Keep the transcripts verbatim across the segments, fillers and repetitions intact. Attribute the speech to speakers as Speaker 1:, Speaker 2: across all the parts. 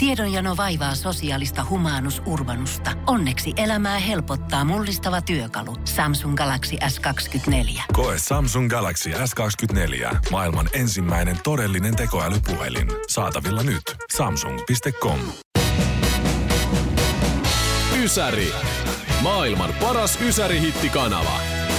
Speaker 1: Tiedonjano vaivaa sosiaalista humanus urbanusta. Onneksi elämää helpottaa mullistava työkalu. Samsung Galaxy S kaksikymmentäneljä.
Speaker 2: Koe Samsung Galaxy S kaksikymmentäneljä. Maailman ensimmäinen todellinen tekoälypuhelin. Saatavilla nyt. Samsung piste com.
Speaker 3: Ysäri. Maailman paras Ysäri-hittikanava.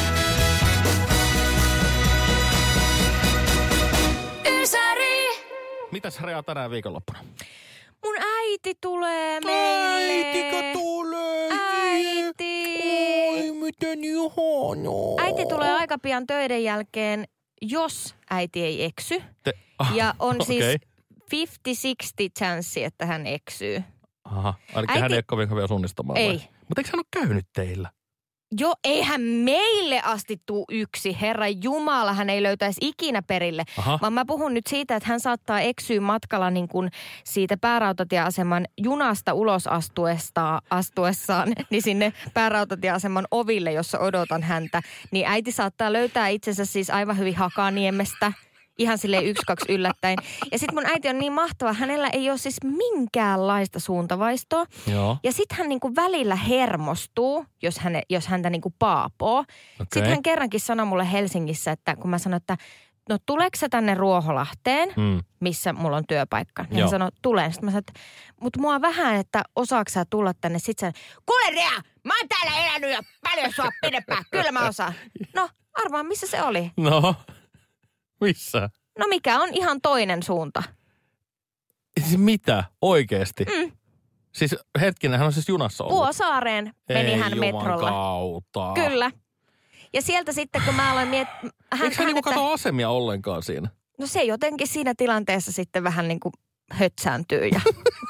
Speaker 4: Ysäri!
Speaker 5: Mitäs Rea tänään viikonloppuna?
Speaker 4: Mun äiti tulee meille.
Speaker 5: Äitikö tulee?
Speaker 4: Äiti.
Speaker 5: Oi, miten ihanaa.
Speaker 4: Äiti tulee aika pian töiden jälkeen, jos äiti ei eksy.
Speaker 5: Te, ah,
Speaker 4: ja on
Speaker 5: okay.
Speaker 4: siis viisikymmentä kuusikymmentä chanssi, että hän eksyy.
Speaker 5: Aha, eli
Speaker 4: Äiti...
Speaker 5: hän ei ole kovin kovia suunnistamaan.
Speaker 4: Ei.
Speaker 5: Vai? Mutta eikö hän ole käynyt teillä?
Speaker 4: Joo, eihän meille asti tuu yksi. Herra Jumala, hän ei löytäisi ikinä perille.
Speaker 5: Aha.
Speaker 4: Vaan mä puhun nyt siitä, että hän saattaa eksyä matkalla niin kuin siitä päärautatieaseman junasta ulos astuesta, astuessaan, niin sinne päärautatieaseman oville, jossa odotan häntä. Niin äiti saattaa löytää itsensä siis aivan hyvin Hakaniemestä. Ihan silleen yksi, kaksi yllättäen. Ja sit mun äiti on niin mahtava. Hänellä ei ole siis minkäänlaista suuntavaistoa.
Speaker 5: Joo.
Speaker 4: Ja sit hän niinku välillä hermostuu, jos, hän, jos häntä niinku paapoo. Okay. Sitten hän kerrankin sanoi mulle Helsingissä, että kun mä sanoin, että no tuleeko sä tänne Ruoholahteen, mm. missä mulla on työpaikka. Niin hän sanoi, tulen. Sitten mä sanoin, että mut mua vähän, että osaako sä tulla tänne. Sitten hän, kuule Rea, mä oon täällä elänyt jo paljon sua pidempään. Kyllä mä osaan. No, arvaa missä se oli.
Speaker 5: No. Missä?
Speaker 4: No mikä on ihan toinen suunta.
Speaker 5: Siis mitä? Oikeesti?
Speaker 4: Mm.
Speaker 5: Siis hetkinen, hän on siis junassa ollut.
Speaker 4: Vuosaareen meni
Speaker 5: Ei
Speaker 4: hän metrolla.
Speaker 5: Kautta.
Speaker 4: Kyllä. Ja sieltä sitten kun mä aloin miettiä...
Speaker 5: Eikö hän niinku katso asemia ollenkaan siinä?
Speaker 4: No se jotenkin siinä tilanteessa sitten vähän niin kuin hötsääntyy ja...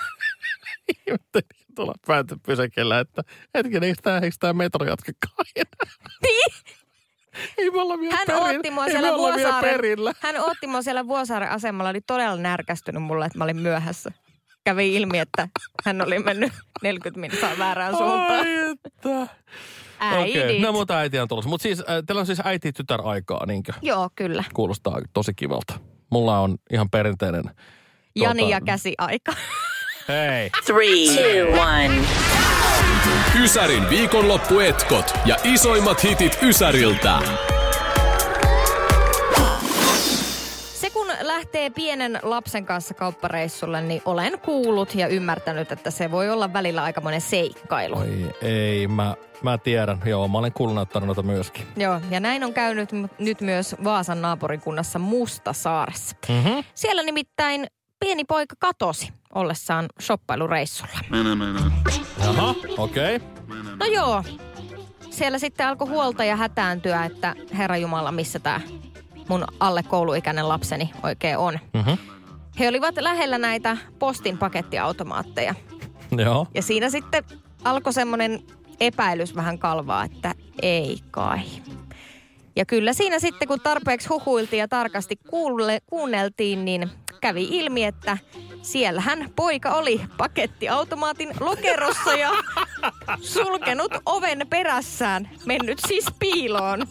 Speaker 5: Ihmettelin tuolla päätöpysäkellä, että hetkinen, eikö tämä, eikö tämä metro jatkekaan enää?
Speaker 4: Niin.
Speaker 5: Ei me olla vielä
Speaker 4: hän
Speaker 5: perillä.
Speaker 4: otti mua
Speaker 5: Ei
Speaker 4: siellä
Speaker 5: me olla vielä
Speaker 4: Vuosaaren,
Speaker 5: perillä.
Speaker 4: hän otti mua siellä Vuosaaren asemalla, oli todella närkästynyt mulle, että mä olin myöhässä. Kävi ilmi, että hän oli mennyt neljäkymmentä minuuttia väärään suuntaan.
Speaker 5: Ai että.
Speaker 4: Äidit.
Speaker 5: Okay. No mutta äiti on tulossa. Mutta siis, äh, teillä on siis äiti-tytär aikaa, niinkö?
Speaker 4: Joo, kyllä.
Speaker 5: Kuulostaa tosi kivalta. Mulla on ihan perinteinen...
Speaker 4: Jani
Speaker 5: tuota,
Speaker 4: ja käsi aika.
Speaker 5: Hei.
Speaker 6: Three, two, one.
Speaker 3: Ysärin viikonloppuetkot ja isoimmat hitit Ysäriltä.
Speaker 4: Se kun lähtee pienen lapsen kanssa kauppareissulle, niin olen kuullut ja ymmärtänyt, että se voi olla välillä aikamoinen seikkailu.
Speaker 5: Oi ei, mä, mä tiedän. Joo, mä olen kuullut näitä tarinoita myöskin.
Speaker 4: Joo, ja näin on käynyt nyt myös Vaasan naapurikunnassa Mustasaaressa. Mm-hmm. Siellä nimittäin pieni poika katosi ollessaan shoppailureissulla.
Speaker 5: Jaha, okei. Okay.
Speaker 4: No joo, siellä sitten alkoi huoltaja hätääntyä, että herra Jumala, missä tämä mun alle kouluikäinen lapseni oikein on. Mm-hmm. He olivat lähellä näitä postin pakettiautomaatteja.
Speaker 5: Joo.
Speaker 4: Ja siinä sitten alkoi semmoinen epäilys vähän kalvaa, että ei kai. Ja kyllä siinä sitten, kun tarpeeksi huhuiltiin ja tarkasti kuulle, kuunneltiin, niin kävi ilmi, että siellähän poika oli pakettiautomaatin lokerossa ja sulkenut oven perässään, mennyt siis piiloon.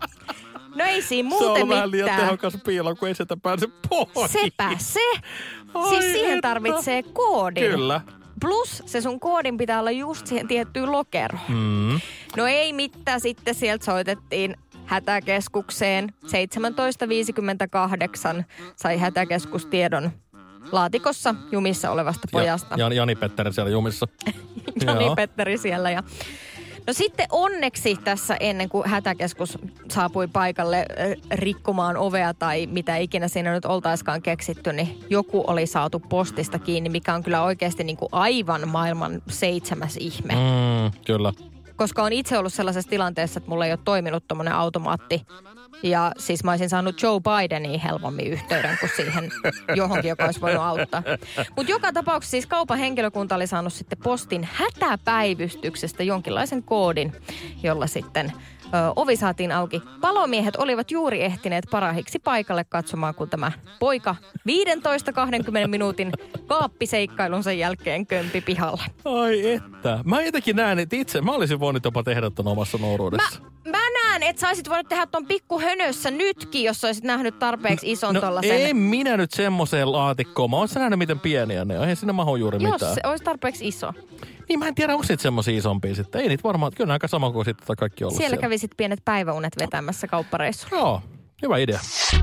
Speaker 4: No ei siinä muuten mitään.
Speaker 5: Se on vähän liian tehokas piilo, kun ei sieltä pääse pois.
Speaker 4: Sepä se. Ai siis siihen että. Tarvitsee koodin.
Speaker 5: Kyllä.
Speaker 4: Plus se sun koodin pitää olla just siihen tiettyyn lokeroon. Mm. No ei mitään, sitten sieltä soitettiin hätäkeskukseen. seitsemäntoista viisikymmentäkahdeksan sai hätäkeskustiedon laatikossa jumissa olevasta pojasta.
Speaker 5: Ja, Jani Petteri siellä jumissa.
Speaker 4: Jani Petteri siellä ja... No sitten onneksi tässä ennen kuin hätäkeskus saapui paikalle rikkomaan ovea tai mitä ikinä siinä nyt oltaiskaan keksitty, niin joku oli saatu postista kiinni, mikä on kyllä oikeasti niin kuin aivan maailman seitsemäs ihme.
Speaker 5: Mm, kyllä.
Speaker 4: Koska on itse ollut sellaisessa tilanteessa, että mulla ei ole toiminut tommoinen automaatti. Ja siis mä olisin saanut Joe Bideniin helpommin yhteyden kuin siihen johonkin, joka olisi voinut auttaa. Mutta joka tapauksessa siis kaupan henkilökunta oli saanut sitten postin hätäpäivystyksestä jonkinlaisen koodin, jolla sitten ö, ovi saatiin auki. Palomiehet olivat juuri ehtineet parahiksi paikalle katsomaan, kun tämä poika viisitoista kaksikymmentä minuutin kaappiseikkailunsa jälkeen kömpi pihalle.
Speaker 5: Ai että. Mä jotenkin näen, että itse, mä olisin voinut jopa tehdä ton omassa nuoruudessa.
Speaker 4: Mä, mä näen näen, että sä olisit voinut tehdä ton pikkuhönössä nytkin, jos olisit nähnyt tarpeeksi ison
Speaker 5: no,
Speaker 4: tollasen.
Speaker 5: ei minä nyt semmoiseen laatikkoon. Mä oon nähnyt, miten pieniä ne on. Eihän sinne mahu juuri
Speaker 4: jos
Speaker 5: mitään.
Speaker 4: Jos se olisi tarpeeksi iso.
Speaker 5: Niin mä en tiedä, onko niitä semmosia isompia sitten. Ei niitä varmaan, kyllä aika sama kuin sitten kaikki ollut
Speaker 4: siellä.
Speaker 5: siellä.
Speaker 4: Kävisit pienet päiväunet vetämässä kauppareissulla.
Speaker 5: Joo, hyvä idea.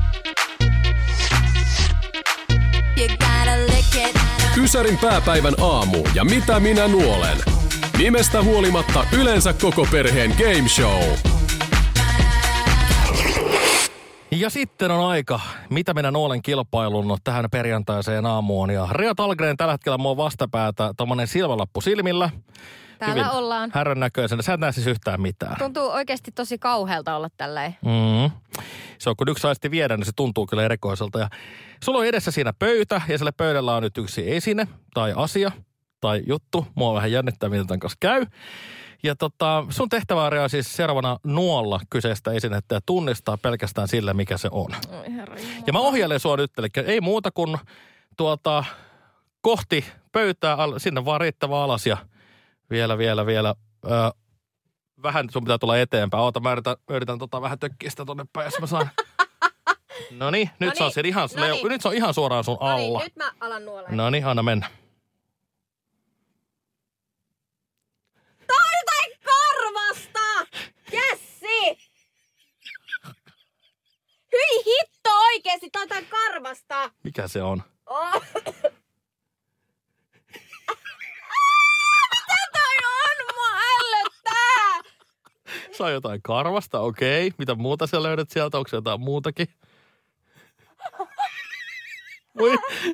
Speaker 3: Ysärin pääpäivän aamu ja mitä minä nuolen. Nimestä huolimatta yleensä koko perheen game show.
Speaker 5: Ja sitten on aika, mitä minä nuolen kilpailun tähän perjantaiseen aamuun. Ja Rea Talgren tällä hetkellä mua vastapäätä, tommonen silmälappu silmillä.
Speaker 4: Täällä
Speaker 5: Hyvin
Speaker 4: ollaan.
Speaker 5: härän näköisenä. Sä et näe siis yhtään mitään.
Speaker 4: Tuntuu oikeasti tosi kauhealta olla tälleen.
Speaker 5: Mm. Se on, kun yksi aisti viedä, niin se tuntuu kyllä erikoiselta. Ja sulla on edessä siinä pöytä, ja sillä pöydällä on nyt yksi esine, tai asia, tai juttu. Mua vähän jännittää, mitä tämän kanssa käy. Ja tota, sun tehtävä on siis seuraavana nuolla kyseistä esinettä ja tunnistaa pelkästään sillä, mikä se on.
Speaker 4: Oi herra Jumala.
Speaker 5: Ja mä ohjailen sua nyt, eli ei muuta kuin tuota, kohti pöytää, sinne vaan riittävä alas ja vielä, vielä, vielä. Öö, vähän sun pitää tulla eteenpäin. Oota, mä yritän, yritän tota vähän tökkiä sitä tonne päin, jos mä saan. Noniin, nyt, se on siellä ihan,
Speaker 4: Noniin.
Speaker 5: nyt se on ihan suoraan sun alla.
Speaker 4: Noniin, nyt mä alan nuoleen.
Speaker 5: Noniin, anna mennä.
Speaker 4: Toitain karvasta! Jessi! Hyi hitto oikeesti, toitain karvasta!
Speaker 5: Mikä se on?
Speaker 4: Oh. Mitä toi on? Mua ällöttää!
Speaker 5: Saa jotain karvasta, okei. Mitä muuta sä löydät sieltä? Onko se jotain muutakin? Voi.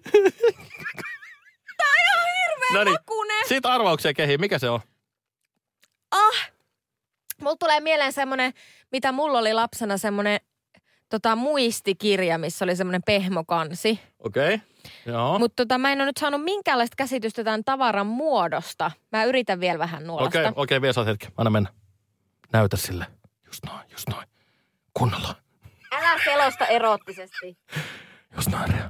Speaker 4: Tää on ihan hirveä makunen.
Speaker 5: Siitä arvauksia kehiin. Mikä se on?
Speaker 4: Ah! Mulla tulee mieleen semmonen, mitä mulla oli lapsena semmonen tota, muistikirja, missä oli semmonen pehmokansi.
Speaker 5: Okei, okay. Joo.
Speaker 4: Mutta tota, mä en ole nyt saanut minkäänlaista käsitystä tämän tavaran muodosta. Mä yritän vielä vähän nuolasta.
Speaker 5: Okei, okay, okei, okay, vielä saat hetki. Anna mennä. Näytä sille. Just noin, just noin. Kunnolla.
Speaker 4: Älä selosta eroottisesti.
Speaker 5: Just noin, Rea.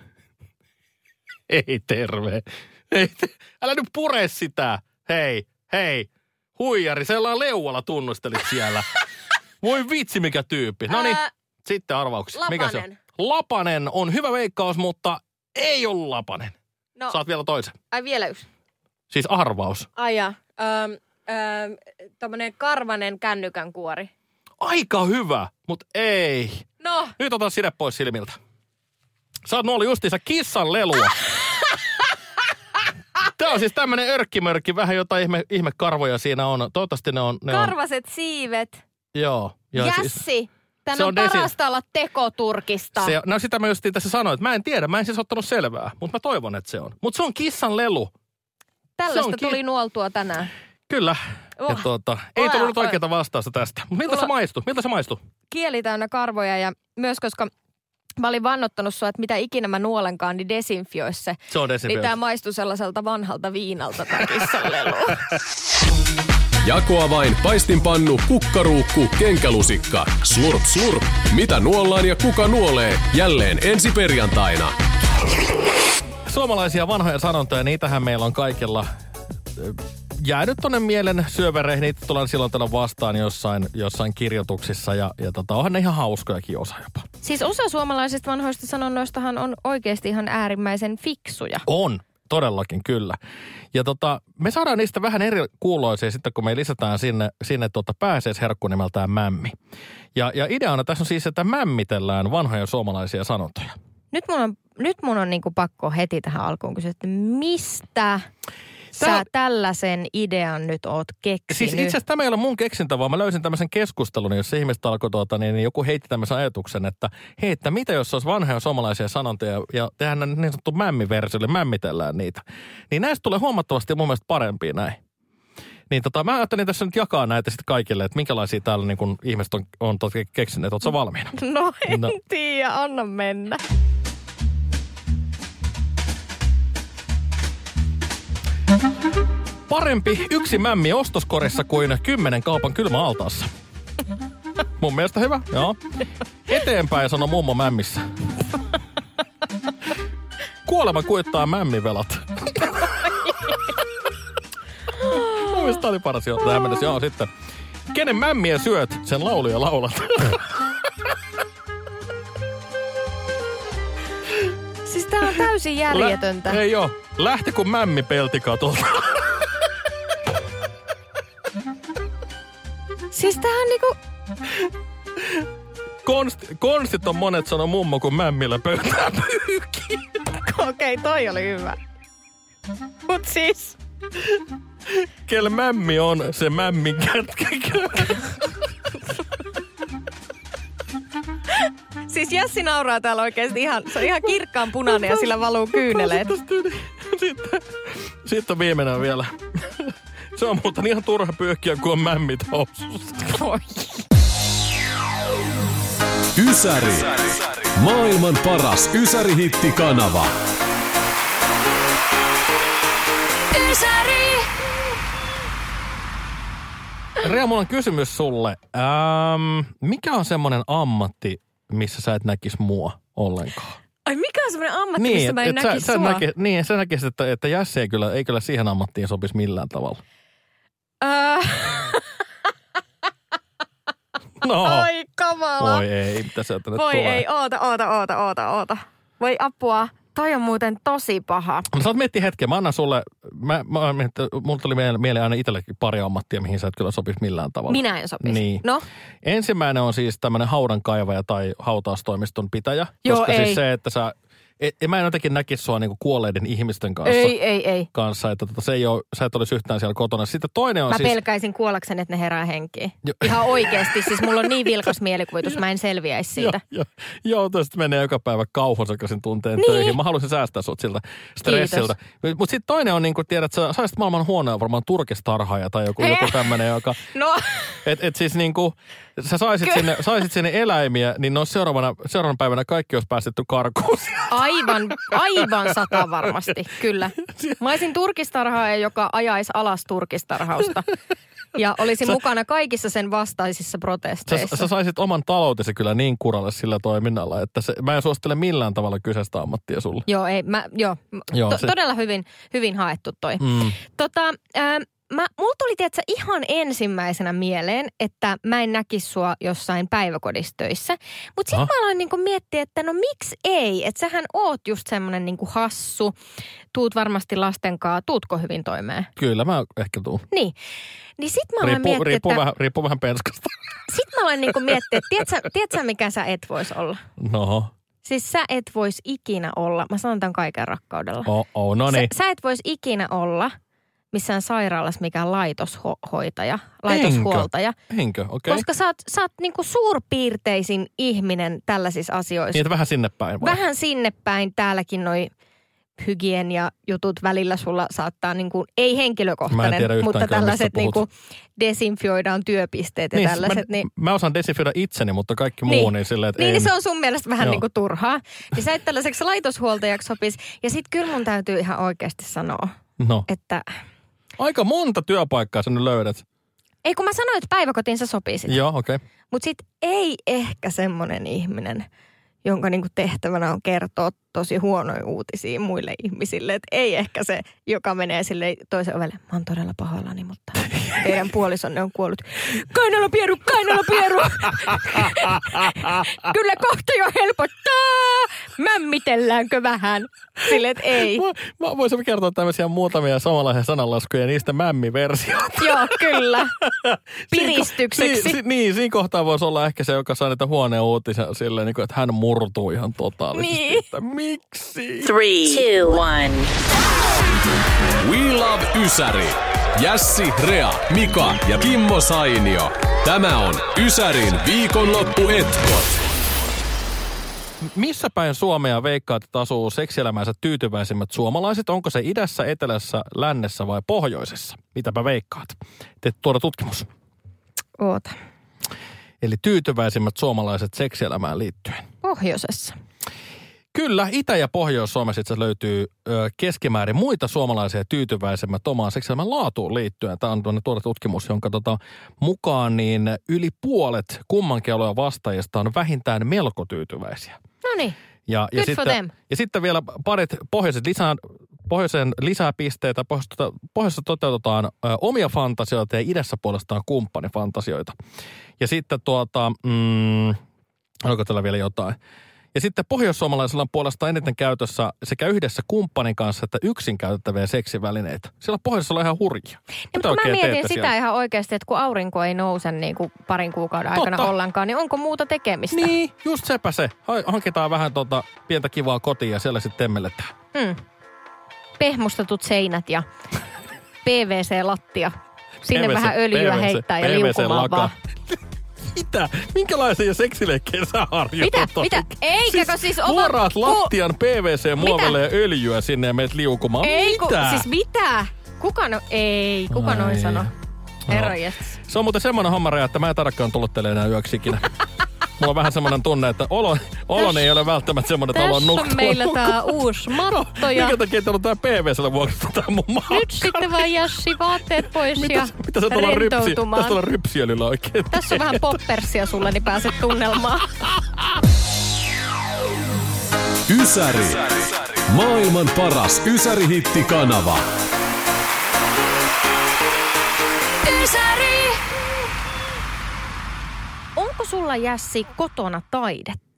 Speaker 5: Ei terve. Ei te... Älä nyt pure sitä. Hei, hei. Huijari, sellainen leualla tunnustelit siellä. Voi vitsi, mikä tyyppi. No niin, sitten arvauksia.
Speaker 4: Lapanen.
Speaker 5: Mikä se on? Lapanen on hyvä veikkaus, mutta ei ole lapanen.
Speaker 4: No.
Speaker 5: Saat vielä toisen.
Speaker 4: Ai vielä yksi.
Speaker 5: Siis arvaus.
Speaker 4: Ai ja, öm, öm, tommonen karvanen kännykän kuori.
Speaker 5: Aika hyvä, mutta ei.
Speaker 4: No.
Speaker 5: Nyt otan sinne pois silmiltä. Sä oot nuoli justiinsa kissan lelua. Tää on siis tämmönen örkkimörkki, vähän jotain ihme, ihmekarvoja siinä on. Toivottavasti ne on... Ne
Speaker 4: Karvaset on... siivet.
Speaker 5: Joo. Ja
Speaker 4: Jässi.
Speaker 5: Siis,
Speaker 4: Tän on, on parasta desi... olla tekoturkista.
Speaker 5: Se, no sitä mä just tässä sanoin, että mä en tiedä, mä en siis ottanut selvää, mutta mä toivon, että se on. Mutta se on kissan lelu.
Speaker 4: Tällaista
Speaker 5: ki...
Speaker 4: tuli nuoltua tänään.
Speaker 5: Kyllä.
Speaker 4: Oh.
Speaker 5: Ja tuota, ei tullut nyt oikeaa vastausta tästä. Miltä Tulo... se maistuu? Miltä se maistuu?
Speaker 4: Kieli täynnä karvoja ja myös koska mä olin vannottanut sua, että mitä ikinä mä nuolenkaan, niin desinfiois se.
Speaker 5: Se on desinfiois.
Speaker 4: Niin tää maistuu sellaiselta vanhalta viinalta tai kissan lelu.
Speaker 3: Jakoa vain paistinpannu, kukkaruukku, kenkälusikka. Slurp, slurp. Mitä nuollaan ja kuka nuolee? Jälleen ensi perjantaina.
Speaker 5: Suomalaisia vanhoja sanontoja, niitähän meillä on kaikilla jäänyt tonne mielen syövereihin. Niitä tullaan silloin tällä vastaan jossain, jossain kirjoituksissa ja, ja tota, onhan ne ihan hauskojakin osa jopa.
Speaker 4: Siis osa suomalaisista vanhoista sanonnoistahan on oikeasti ihan äärimmäisen fiksuja.
Speaker 5: On. Todellakin, kyllä. Ja tota, me saadaan niistä vähän eri kuuloisia sitten, kun me lisätään sinne, sinne tota pääseisherkku nimeltään mämmi. Ja, ja ideana tässä on siis, että mämmitellään vanhoja suomalaisia sanontoja. Nyt
Speaker 4: mun on, nyt mun on niinku pakko heti tähän alkuun kysyä, että mistä sä Tää... tällaisen idean nyt oot keksinyt?
Speaker 5: Siis itse asiassa tämä ei ole mun keksintä, vaan mä löysin tämmöisen keskustelun, jossa ihmiset alkoi tuota, niin, niin joku heitti tämmöisen ajatuksen, että hei, että mitä jos olisi vanhoja suomalaisia sanontoja ja tehdään niin sanottu mämmiversio, eli mämmitellään niitä. Niin näistä tulee huomattavasti mun mielestä parempia näin. Niin tota, mä ajattelin tässä nyt jakaa näitä sitten kaikille, että minkälaisia täällä niin kun ihmiset on, on tot, keksineet. Ootko sä valmiina?
Speaker 4: No en no. tiedä, anna mennä.
Speaker 5: Parempi yksi mämmi ostoskorissa kuin kymmenen kaupan kylmäaltaassa. Mun mielestä hyvä, joo. Eteenpäin sanoo mummo mämmissä. Kuolema kuittaa mämmivelat. Mun mielestä oli paras jo. Tähän mennessä, joo, sitten. Kenen mämmiä syöt, sen lauluja laulat.
Speaker 4: Siis tää on täysin järjetöntä.
Speaker 5: Lä- ei oo. Lähti kun mämmi peltikatolta.
Speaker 4: Siis tää on niinku...
Speaker 5: Konst, konstit on monet sanoo mummo, kun mämmillä pöytää pyyhkii.
Speaker 4: Okei, okay, toi oli hyvä. Mut siis...
Speaker 5: Kel mämmi on, se mämmin kätkekö.
Speaker 4: Siis Jassi nauraa täällä oikeesti ihan, se on ihan kirkkaan punainen ja sillä valuu kyyneleet.
Speaker 5: Sitten, sitten on viimeinen vielä. Se on muuten ihan turha pyyhkiä, kun on mämmit housussa.
Speaker 4: Oi.
Speaker 3: Ysäri. Maailman paras Ysäri-hittikanava.
Speaker 4: Ysäri!
Speaker 5: Rea, mulla on kysymys sulle. Ähm, mikä on semmoinen ammatti, missä sä et näkis mua ollenkaan?
Speaker 4: Ai mikä on semmoinen ammatti,
Speaker 5: Niin,
Speaker 4: missä mä en
Speaker 5: et
Speaker 4: näkisi
Speaker 5: sä, sä
Speaker 4: sua?
Speaker 5: näki, niin, sä näkisit, että, että Jassi ei kyllä, ei kyllä siihen ammattiin sopisi millään tavalla.
Speaker 4: Äh.
Speaker 5: No.
Speaker 4: Oi kamala.
Speaker 5: Voi ei, mitä sieltä nyt
Speaker 4: Voi
Speaker 5: tulee?
Speaker 4: ei, oota, oota, oota, oota, oota. Voi apua, toi on muuten tosi paha.
Speaker 5: No saat miettiä hetken, mä annan sulle, mä, mä, mulla tuli mieleen, mieleen aina itsellekin pari ammattia, mihin sä et kyllä sopisi millään tavalla.
Speaker 4: Minä en sopisi.
Speaker 5: Niin.
Speaker 4: No?
Speaker 5: Ensimmäinen on siis tämmöinen haudankaivaja tai hautaustoimiston pitäjä.
Speaker 4: Joo,
Speaker 5: koska
Speaker 4: ei.
Speaker 5: siis se, että sä, et, mä en jotenkin näkisi sua niinku kuolleiden ihmisten kanssa.
Speaker 4: Ei, ei, ei.
Speaker 5: kanssa, että tota, se ei ole, sä et olisi yhtään siellä kotona. Sitten toinen on
Speaker 4: Mä
Speaker 5: siis...
Speaker 4: pelkäisin kuollakseni, että ne herää henkiin.
Speaker 5: Jo.
Speaker 4: Ihan oikeasti, siis mulla on niin vilkas mielikuvitus, mä en selviäisi siitä.
Speaker 5: Joo, jo, jo, tästä menee joka päivä kauhosakaisin tunteen
Speaker 4: Niin.
Speaker 5: töihin. Mä haluaisin säästää sut siltä stressiltä. Mutta sitten toinen on niin kuin tiedät, sä saisit maailman huonoja varmaan turkistarhaaja tai joku, joku tämmöinen, joka...
Speaker 4: No,
Speaker 5: Et, et siis niin kuin, sä saisit sinne, saisit sinne eläimiä, niin ne olisi seuraavana, seuraavana päivänä kaikki olisi päästetty karkuun.
Speaker 4: aivan, aivan sata varmasti, kyllä. Mä olisin turkistarhaaja, joka ajaisi alas turkistarhausta. Ja olisi mukana kaikissa sen vastaisissa
Speaker 5: Sä,
Speaker 4: protesteissa.
Speaker 5: sä saisit oman taloutesi kyllä niin kuralle sillä toiminnalla, että se, mä en suosittele millään tavalla kyseistä ammattia sulle.
Speaker 4: Joo, ei, mä, joo,
Speaker 5: Joo,
Speaker 4: to,
Speaker 5: se-
Speaker 4: todella hyvin, hyvin haettu toi.
Speaker 5: Mm.
Speaker 4: Tota, ää, mä, mulla tuli tiedätkö, ihan ensimmäisenä mieleen, että mä en näkisi sua jossain päiväkodistöissä. Mutta sitten
Speaker 5: Ah.
Speaker 4: mä aloin niinku miettiä, että no miksi ei? Että sähän oot just semmonen niinku hassu, tuut varmasti lastenkaan, tuutko hyvin toimeen?
Speaker 5: Kyllä mä ehkä tuun.
Speaker 4: Niin. Niin sit mä aloin
Speaker 5: Riippuu,
Speaker 4: miettiä,
Speaker 5: riippuu,
Speaker 4: että...
Speaker 5: vähän, riippuu vähän penskasta.
Speaker 4: Sit mä aloin niinku miettiä, että tiedätkö, tiedätkö mikä sä et vois olla?
Speaker 5: No,
Speaker 4: Siis sä et vois ikinä olla, mä sanon tämän kaiken rakkaudella.
Speaker 5: oh, oh, no niin.
Speaker 4: Sä, sä et vois ikinä olla missään sairaalassa mikään laitoshoitaja, laitoshuoltaja.
Speaker 5: Enkö? Okei. Okay.
Speaker 4: Koska sä oot, sä oot niinku suurpiirteisin ihminen tällaisissa asioissa.
Speaker 5: Niin, että vähän sinne päin vai?
Speaker 4: Vähän sinne päin täälläkin noi hygienia-jutut välillä sulla saattaa niinku, ei
Speaker 5: Mä en
Speaker 4: henkilökohtainen,
Speaker 5: tiedä yhtään
Speaker 4: mutta
Speaker 5: kyllä, mistä
Speaker 4: tällaiset
Speaker 5: puhut.
Speaker 4: niinku desinfioidaan työpisteet ja
Speaker 5: Niin,
Speaker 4: tällaiset.
Speaker 5: mä,
Speaker 4: Niin,
Speaker 5: mä osaan desinfioida itseni, mutta kaikki muu, niin silleen, että
Speaker 4: niin,
Speaker 5: ei...
Speaker 4: niin se on sun mielestä vähän
Speaker 5: Joo.
Speaker 4: niin kuin turhaa. Niin sä et tällaiseksi laitoshuoltajaksi sopisi. Ja sit kyllä mun täytyy ihan oikeasti sanoa,
Speaker 5: No,
Speaker 4: että...
Speaker 5: aika monta työpaikkaa sä nyt löydät.
Speaker 4: Ei kun mä sanoin, että päiväkotiin sä sopisit.
Speaker 5: Joo, okei. Okay.
Speaker 4: Mutta sit ei ehkä semmonen ihminen, jonka niinku tehtävänä on kertoa tosi huonoja uutisia muille ihmisille. Et ei ehkä se, joka menee sille toisen ovelle. Mä oon todella pahoillani, mutta teidän puolisonne on kuollut. Kainalo pieru, kainalo pieru. Kyllä kohta jo helpottaa. Mämmitelläänkö vähän? Silleen, että ei.
Speaker 5: Mä, mä voisin kertoa tämmöisiä muutamia samanlaisia sananlaskuja ja niistä mämmiversioita.
Speaker 4: Joo, kyllä. Piristykseksi.
Speaker 5: Si, si, niin, siinä kohtaa voisi olla ehkä se, joka saa niitä huoneen uutisia silleen, niin kuin, että hän murtuu ihan totaalisesti.
Speaker 4: Niin.
Speaker 5: Että miksi?
Speaker 6: Three, two, one.
Speaker 3: We Love Ysäri. Jässi, Rea, Mika ja Kimmo Sainio. Tämä on Ysärin viikonloppuetkot.
Speaker 5: Missä päin Suomea veikkaat, että asuu seksielämäänsä tyytyväisimmät suomalaiset? Onko se idässä, etelässä, lännessä vai pohjoisessa? Mitäpä veikkaat? Teet tuoda tutkimus.
Speaker 4: Oota.
Speaker 5: Eli tyytyväisimmät suomalaiset seksielämään liittyen.
Speaker 4: Pohjoisessa.
Speaker 5: Kyllä, Itä- ja Pohjois-Suomessa itse asiassa löytyy ö, keskimäärin muita suomalaisia tyytyväisemmät omaan seksielämän laatuun liittyen. Tämä on tuonne tuore tutkimus, jonka tota, mukaan niin yli puolet kummankin alueen vastaajista on vähintään melko tyytyväisiä.
Speaker 4: No niin.
Speaker 5: Ja, ja,
Speaker 4: Good for
Speaker 5: sitten,
Speaker 4: them.
Speaker 5: ja sitten vielä parit pohjoiset lisää pohjoiseen lisää pisteitä, pohjoisessa, pohjoisessa toteutetaan ö, omia fantasioita ja idässä puolestaan kumppanifantasioita. Ja sitten tuota, mm, onko tällä vielä jotain? Ja sitten pohjoissuomalaisilla on puolestaan eniten käytössä sekä yhdessä kumppanin kanssa että yksin käytettäviä seksivälineitä. Siellä pohjoisessa on ihan hurjia.
Speaker 4: Mutta mä mietin sitä siellä? Ihan oikeasti, että kun aurinko ei nouse niin kuin parin kuukauden aikana Totta. ollenkaan, niin onko muuta tekemistä?
Speaker 5: Niin, just sepä se. Hankitaan vähän tuota pientä kivaa kotiin ja siellä sitten temmelletään.
Speaker 4: Hmm. Pehmustetut seinät ja P V C-lattia. Sinne P V C, vähän öljyä P V C, heittää ja liukumaan vaan.
Speaker 5: Mitä? Minkälaisia seksileikkejä sä harjoitat?
Speaker 4: Mitä? Mitä? Eikäkö siis
Speaker 5: oma... Vuoraat lattian P V C-muovelle ja öljyä sinne ja meet liukumaan.
Speaker 4: Ei,
Speaker 5: mitä?
Speaker 4: Ku, siis mitä? Kuka no... Ei, kuka Ai. noin sano? Herranjestas.
Speaker 5: No. Se on muuten semmoinen homma, että mä en tarkkaan tullut teille enää yöksi ikinä. Mulla on vähän semmoinen tunne, että olo, oloni ei ole välttämättä semmoinen, että haluan nukkua.
Speaker 4: Tässä on meillä tää uusi matto. Ja...
Speaker 5: Minkä takia teillä on tää P V C:llä vuokrattu tää mun maakka?
Speaker 4: Nyt sitten vaan Jassi vaatteet pois
Speaker 5: mitä,
Speaker 4: ja
Speaker 5: mitä sä tuolla rypsi, mitä tuolla rypsiöljyllä oikein?
Speaker 4: Tässä on vähän poppersia sulle, niin pääset tunnelmaan.
Speaker 3: Ysäri. Maailman paras Ysäri-hittikanava.
Speaker 4: Ysäri! Onko sulla, Jässi, kotona taidetta?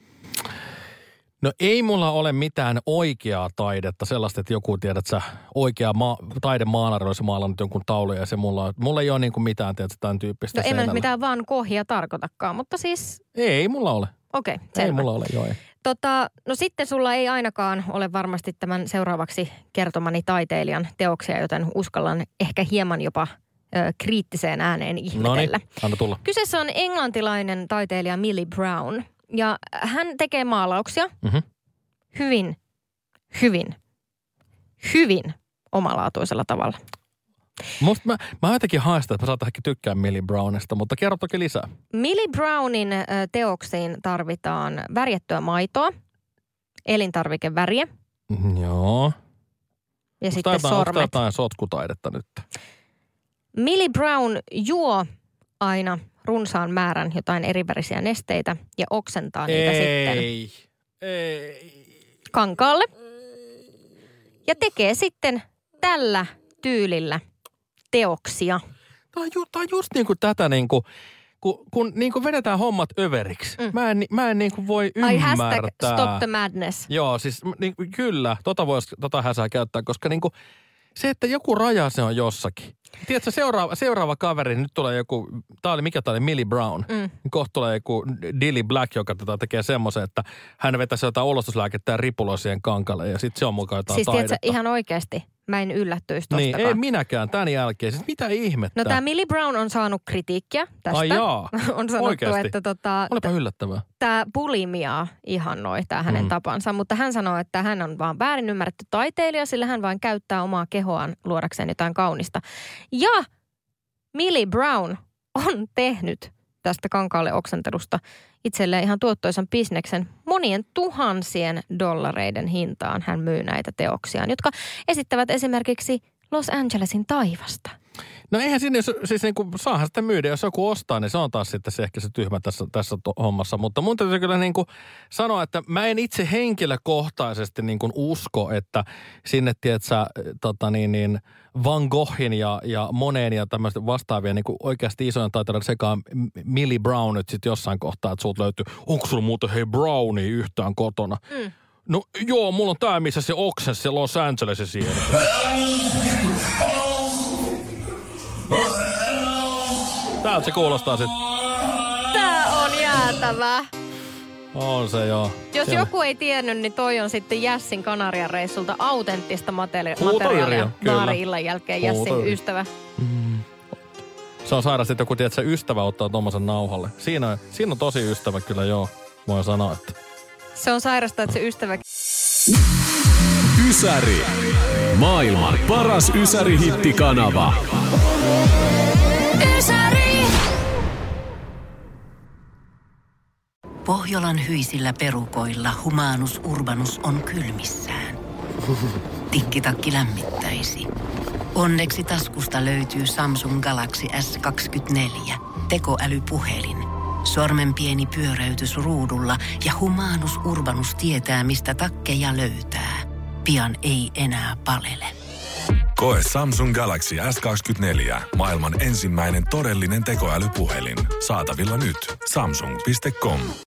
Speaker 5: No ei mulla ole mitään oikeaa taidetta, sellaista, että joku tiedät sä, oikea ma- taidemaalari olisi maalannut jonkun tauluja ja se mulla on. Mulla ei ole niinku mitään, tiedät sä, tämän tyyppistä
Speaker 4: No en mä nyt mitään vaan kohia tarkoitakaan, mutta siis...
Speaker 5: Ei mulla ole.
Speaker 4: Okei, okay,
Speaker 5: selvä. Ei mulla ole, joo ei.
Speaker 4: Tota, no sitten sulla ei ainakaan ole varmasti tämän seuraavaksi kertomani taiteilijan teoksia, joten uskallan ehkä hieman jopa... kriittiseen ääneen ihmetellä.
Speaker 5: Noniin, anna tulla.
Speaker 4: Kyseessä on englantilainen taiteilija Millie Brown. Ja hän tekee maalauksia mm-hmm. hyvin, hyvin, hyvin omalaatuisella tavalla.
Speaker 5: Musta mä, mä jotenkin haistan, että mä saatan ehkä tykkää Millie Brownista, mutta kerro toki lisää.
Speaker 4: Millie Brownin teoksiin tarvitaan värjättyä maitoa, elintarvikeväriä.
Speaker 5: Mm, joo.
Speaker 4: Ja
Speaker 5: Onko
Speaker 4: sitten
Speaker 5: jotain,
Speaker 4: sormet.
Speaker 5: Onko jotain sotkutaidetta nyt?
Speaker 4: Millie Brown juo aina runsaan määrän jotain erivärisiä nesteitä ja oksentaa niitä
Speaker 5: ei,
Speaker 4: sitten
Speaker 5: ei.
Speaker 4: kankaalle. Ja tekee sitten tällä tyylillä teoksia.
Speaker 5: Tämä on, ju, tämä on just niin kuin tätä niin kuin, kun, kun niin kuin vedetään hommat överiksi. Mm. Mä en, mä en niin kuin voi ymmärtää.
Speaker 4: Ai hashtag stop the madness.
Speaker 5: Joo, siis niin, kyllä, tota voisi tota häsää käyttää, koska niin kuin se, että joku raja se on jossakin. Tiedätkö, seuraava, seuraava kaveri, nyt tulee joku, tää oli, mikä tää oli, Millie Brown. Mm. Kohta tulee joku Dilly Black, joka tätä tekee semmoisen, että hän vetäisi jotain olostuslääkettä ja ripuloi siihen kankalle ja sitten se on mukaan jotain
Speaker 4: siis
Speaker 5: taidetta.
Speaker 4: Siis tiedätkö, ihan oikeasti, mä en yllättyisi tostakaan.
Speaker 5: Niin, ei minäkään tämän jälkeen. Siis mitä ihmettä?
Speaker 4: No tämä Millie Brown on saanut kritiikkiä tästä.
Speaker 5: Ai jaa,
Speaker 4: on sanottu,
Speaker 5: oikeasti?
Speaker 4: että tota...
Speaker 5: Olipa yllättävää.
Speaker 4: Tämä bulimiaa ihannoi, tämä hänen mm. tapansa, mutta hän sanoo, että hän on vaan väärin ymmärretty taiteilija, sillä hän vain käyttää omaa kehoaan luodakseen jotain kaunista. Ja Millie Brown on tehnyt tästä kankaalle oksentelusta itselleen ihan tuottoisan bisneksen. Monien tuhansien dollareiden hintaan hän myy näitä teoksiaan, jotka esittävät esimerkiksi Los Angelesin taivasta.
Speaker 5: No eihän sinne, siis niin kuin saahan sitä myydä, jos joku ostaa, niin se on taas sitten se ehkä se tyhmä tässä, tässä to, hommassa. Mutta mun täytyy kyllä niin kuin sanoa, että mä en itse henkilökohtaisesti niin kuin usko, että sinne, tiedätkö, tota niin, niin Van Goghin ja, ja Moneen ja tämmöistä vastaavia niin kuin oikeasti isojen taiteilijoiden sekaan Millie Brown nyt sitten jossain kohtaa, että sulta löytyy, onko sulla muuten hei Brownia yhtään kotona? Mm. No joo, mulla on tää, missä se oksensi se Los Angelesin siellä. Täältä se kuulostaa sit.
Speaker 4: Tää on jäätävää.
Speaker 5: On se joo.
Speaker 4: Jos
Speaker 5: Siellä.
Speaker 4: joku ei tiennyt, niin toi on sitten Jässin Kanarian reissulta autenttista materi-
Speaker 5: Huutoyriä,
Speaker 4: materiaalia.
Speaker 5: kyllä.
Speaker 4: Baari-illan jälkeen Jässin
Speaker 5: Huutoyriä.
Speaker 4: ystävä.
Speaker 5: Mm. Se on sairasti, että joku tiedät, että se ystävä ottaa tommosen nauhalle. Siinä, siinä on tosi ystävä kyllä joo, voin sanoa, että.
Speaker 4: Se on sairasta, että se ystävä...
Speaker 3: Ysäri. Maailman paras Ysäri-hittikanava.
Speaker 1: Ysäri! Pohjolan hyisillä perukoilla Humanus Urbanus on kylmissään. Tikkitakki lämmittäisi. Onneksi taskusta löytyy Samsung Galaxy S kaksikymmentäneljä, tekoälypuhelin. Sormen pieni pyöräytys ruudulla ja Humanus Urbanus tietää, mistä takkeja löytää. pian ei enää palele.
Speaker 2: Koe Samsung Galaxy S kaksikymmentäneljä. Maailman ensimmäinen todellinen tekoälypuhelin. Saatavilla nyt. Samsung piste com.